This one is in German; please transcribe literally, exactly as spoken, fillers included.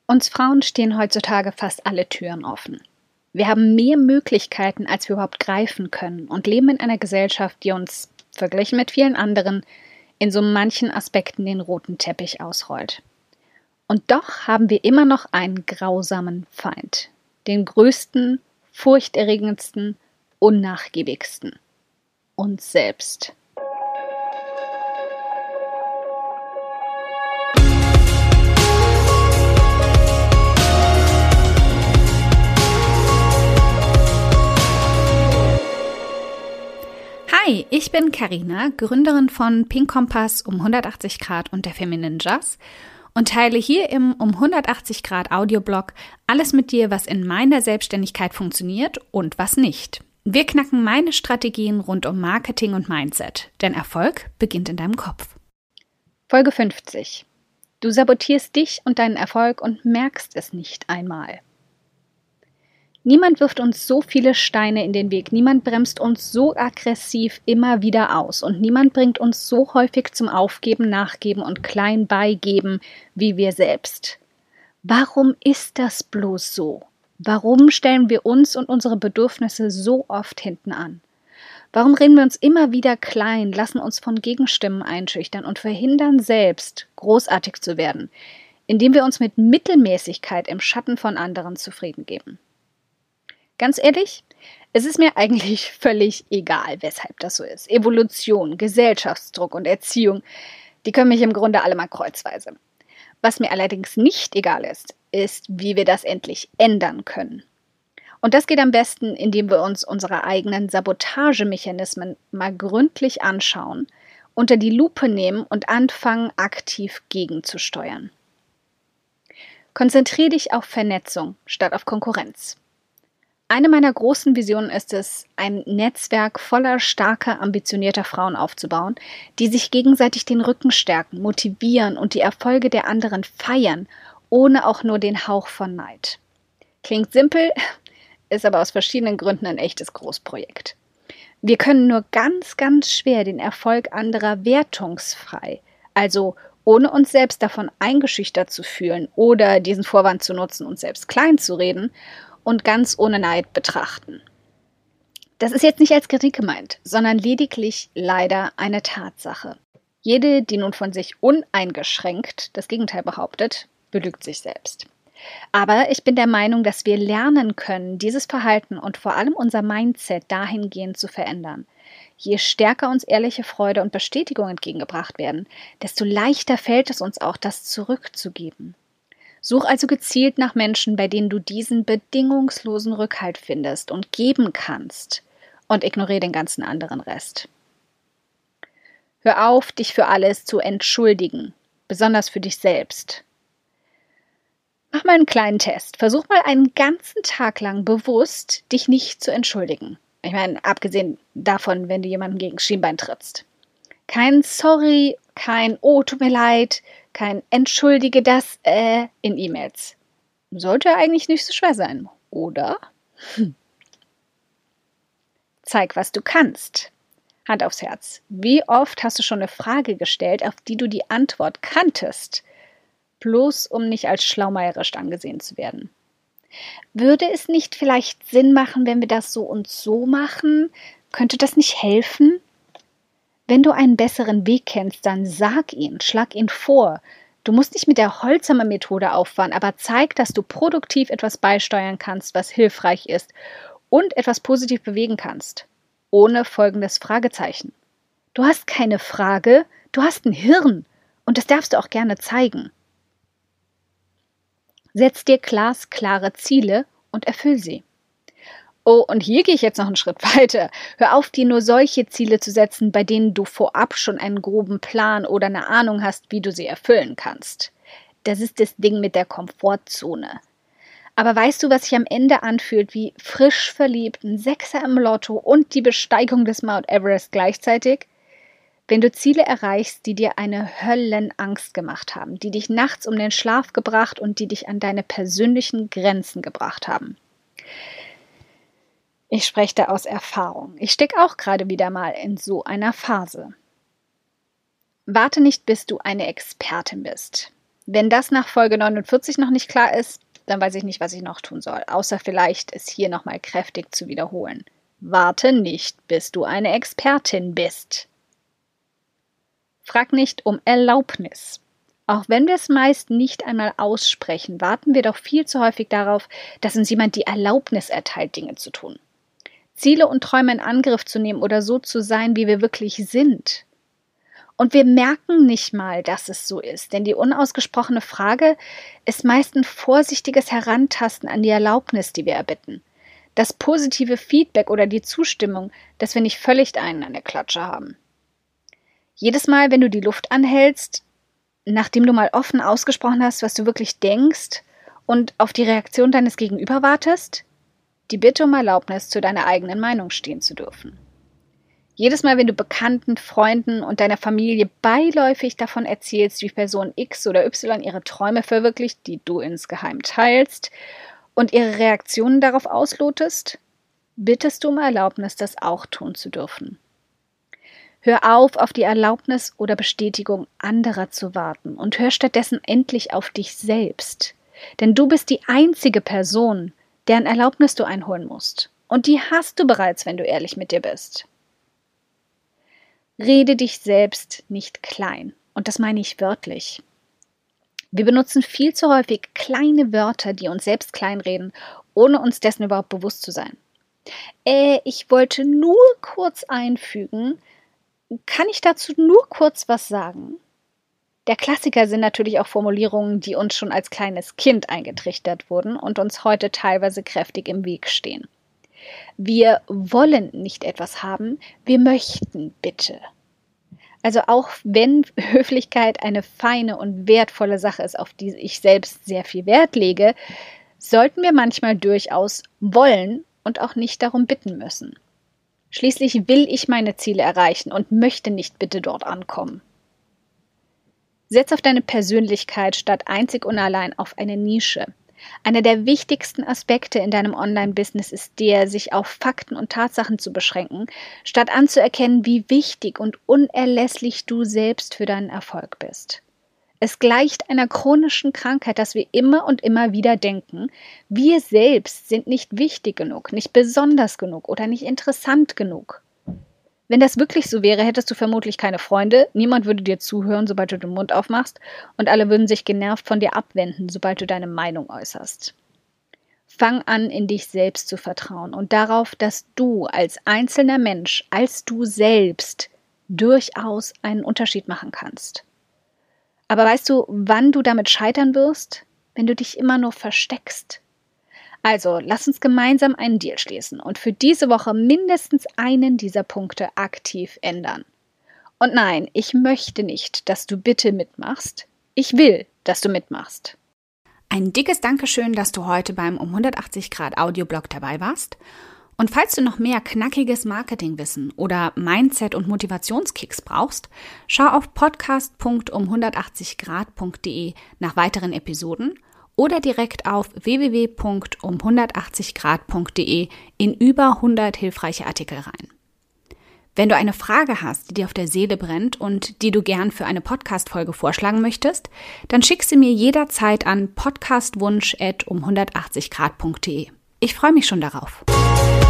Uns Frauen stehen heutzutage fast alle Türen offen. Wir haben mehr Möglichkeiten, als wir überhaupt greifen können und leben in einer Gesellschaft, die uns, verglichen mit vielen anderen, in so manchen Aspekten den roten Teppich ausrollt. Und doch haben wir immer noch einen grausamen Feind, den größten, furchterregendsten, unnachgiebigsten: uns selbst. Hi, ich bin Carina, Gründerin von Pink Kompass um hundertachtzig Grad und der Feminine Jazz und teile hier im um hundertachtzig Grad Audioblog alles mit dir, was in meiner Selbstständigkeit funktioniert und was nicht. Wir knacken meine Strategien rund um Marketing und Mindset, denn Erfolg beginnt in deinem Kopf. Folge fünfzig. Du sabotierst dich und deinen Erfolg und merkst es nicht einmal. Niemand wirft uns so viele Steine in den Weg, niemand bremst uns so aggressiv immer wieder aus und niemand bringt uns so häufig zum Aufgeben, Nachgeben und klein beigeben wie wir selbst. Warum ist das bloß so? Warum stellen wir uns und unsere Bedürfnisse so oft hinten an? Warum reden wir uns immer wieder klein, lassen uns von Gegenstimmen einschüchtern und verhindern selbst, großartig zu werden, indem wir uns mit Mittelmäßigkeit im Schatten von anderen zufrieden geben? Ganz ehrlich, es ist mir eigentlich völlig egal, weshalb das so ist. Evolution, Gesellschaftsdruck und Erziehung, die können mich im Grunde alle mal kreuzweise. Was mir allerdings nicht egal ist, ist, wie wir das endlich ändern können. Und das geht am besten, indem wir uns unsere eigenen Sabotagemechanismen mal gründlich anschauen, unter die Lupe nehmen und anfangen, aktiv gegenzusteuern. Konzentriere dich auf Vernetzung statt auf Konkurrenz. Eine meiner großen Visionen ist es, ein Netzwerk voller starker, ambitionierter Frauen aufzubauen, die sich gegenseitig den Rücken stärken, motivieren und die Erfolge der anderen feiern, ohne auch nur den Hauch von Neid. Klingt simpel, ist aber aus verschiedenen Gründen ein echtes Großprojekt. Wir können nur ganz, ganz schwer den Erfolg anderer wertungsfrei, also ohne uns selbst davon eingeschüchtert zu fühlen oder diesen Vorwand zu nutzen, uns selbst klein zu reden, und ganz ohne Neid betrachten. Das ist jetzt nicht als Kritik gemeint, sondern lediglich leider eine Tatsache. Jede, die nun von sich uneingeschränkt das Gegenteil behauptet, belügt sich selbst. Aber ich bin der Meinung, dass wir lernen können, dieses Verhalten und vor allem unser Mindset dahingehend zu verändern. Je stärker uns ehrliche Freude und Bestätigung entgegengebracht werden, desto leichter fällt es uns auch, das zurückzugeben. Such also gezielt nach Menschen, bei denen du diesen bedingungslosen Rückhalt findest und geben kannst, und ignoriere den ganzen anderen Rest. Hör auf, dich für alles zu entschuldigen, besonders für dich selbst. Mach mal einen kleinen Test. Versuch mal einen ganzen Tag lang bewusst, dich nicht zu entschuldigen. Ich meine, abgesehen davon, wenn du jemanden gegen das Schienbein trittst. Kein Sorry, kein Oh, tut mir leid, kein Entschuldige das äh, in E-Mails. Sollte eigentlich nicht so schwer sein, oder? Hm. Zeig, was du kannst. Hand aufs Herz. Wie oft hast du schon eine Frage gestellt, auf die du die Antwort kanntest, bloß um nicht als schlaumeierisch angesehen zu werden? Würde es nicht vielleicht Sinn machen, wenn wir das so und so machen? Könnte das nicht helfen? Wenn du einen besseren Weg kennst, dann sag ihn, schlag ihn vor. Du musst nicht mit der Holzhammer-Methode auffahren, aber zeig, dass du produktiv etwas beisteuern kannst, was hilfreich ist und etwas positiv bewegen kannst. Ohne folgendes Fragezeichen. Du hast keine Frage, du hast ein Hirn und das darfst du auch gerne zeigen. Setz dir glasklare Ziele und erfüll sie. Oh, und hier gehe ich jetzt noch einen Schritt weiter. Hör auf, dir nur solche Ziele zu setzen, bei denen du vorab schon einen groben Plan oder eine Ahnung hast, wie du sie erfüllen kannst. Das ist das Ding mit der Komfortzone. Aber weißt du, was sich am Ende anfühlt wie frisch verliebt, ein Sechser im Lotto und die Besteigung des Mount Everest gleichzeitig? Wenn du Ziele erreichst, die dir eine Höllenangst gemacht haben, die dich nachts um den Schlaf gebracht und die dich an deine persönlichen Grenzen gebracht haben. Ich spreche da aus Erfahrung. Ich stecke auch gerade wieder mal in so einer Phase. Warte nicht, bis du eine Expertin bist. Wenn das nach Folge neunundvierzig noch nicht klar ist, dann weiß ich nicht, was ich noch tun soll, außer vielleicht es hier nochmal kräftig zu wiederholen. Warte nicht, bis du eine Expertin bist. Frag nicht um Erlaubnis. Auch wenn wir es meist nicht einmal aussprechen, warten wir doch viel zu häufig darauf, dass uns jemand die Erlaubnis erteilt, Dinge zu tun. Ziele und Träume in Angriff zu nehmen oder so zu sein, wie wir wirklich sind. Und wir merken nicht mal, dass es so ist, denn die unausgesprochene Frage ist meist ein vorsichtiges Herantasten an die Erlaubnis, die wir erbitten. Das positive Feedback oder die Zustimmung, dass wir nicht völlig einen an der Klatsche haben. Jedes Mal, wenn du die Luft anhältst, nachdem du mal offen ausgesprochen hast, was du wirklich denkst und auf die Reaktion deines Gegenüber wartest, die Bitte um Erlaubnis, zu deiner eigenen Meinung stehen zu dürfen. Jedes Mal, wenn du Bekannten, Freunden und deiner Familie beiläufig davon erzählst, wie Person X oder Y ihre Träume verwirklicht, die du insgeheim teilst, und ihre Reaktionen darauf auslotest, bittest du um Erlaubnis, das auch tun zu dürfen. Hör auf, auf die Erlaubnis oder Bestätigung anderer zu warten und hör stattdessen endlich auf dich selbst. Denn du bist die einzige Person, deren Erlaubnis du einholen musst. Und die hast du bereits, wenn du ehrlich mit dir bist. Rede dich selbst nicht klein. Und das meine ich wörtlich. Wir benutzen viel zu häufig kleine Wörter, die uns selbst kleinreden, ohne uns dessen überhaupt bewusst zu sein. Äh, ich wollte nur kurz einfügen, kann ich dazu nur kurz was sagen? Der Klassiker sind natürlich auch Formulierungen, die uns schon als kleines Kind eingetrichtert wurden und uns heute teilweise kräftig im Weg stehen. Wir wollen nicht etwas haben, wir möchten bitte. Also auch wenn Höflichkeit eine feine und wertvolle Sache ist, auf die ich selbst sehr viel Wert lege, sollten wir manchmal durchaus wollen und auch nicht darum bitten müssen. Schließlich will ich meine Ziele erreichen und möchte nicht bitte dort ankommen. Setz auf deine Persönlichkeit statt einzig und allein auf eine Nische. Einer der wichtigsten Aspekte in deinem Online-Business ist der, sich auf Fakten und Tatsachen zu beschränken, statt anzuerkennen, wie wichtig und unerlässlich du selbst für deinen Erfolg bist. Es gleicht einer chronischen Krankheit, dass wir immer und immer wieder denken, wir selbst sind nicht wichtig genug, nicht besonders genug oder nicht interessant genug. Wenn das wirklich so wäre, hättest du vermutlich keine Freunde, niemand würde dir zuhören, sobald du den Mund aufmachst, und alle würden sich genervt von dir abwenden, sobald du deine Meinung äußerst. Fang an, in dich selbst zu vertrauen und darauf, dass du als einzelner Mensch, als du selbst, durchaus einen Unterschied machen kannst. Aber weißt du, wann du damit scheitern wirst? Wenn du dich immer nur versteckst. Also, lass uns gemeinsam einen Deal schließen und für diese Woche mindestens einen dieser Punkte aktiv ändern. Und nein, ich möchte nicht, dass du bitte mitmachst. Ich will, dass du mitmachst. Ein dickes Dankeschön, dass du heute beim um hundertachtzig Grad Audioblog dabei warst. Und falls du noch mehr knackiges Marketingwissen oder Mindset- und Motivationskicks brauchst, schau auf podcast punkt um hundertachtzig grad punkt de nach weiteren Episoden oder direkt auf w w w punkt um hundertachtzig grad punkt de in über hundert hilfreiche Artikel rein. Wenn du eine Frage hast, die dir auf der Seele brennt und die du gern für eine Podcast-Folge vorschlagen möchtest, dann schick sie mir jederzeit an podcastwunsch at um hundertachtzig grad punkt de. Ich freue mich schon darauf.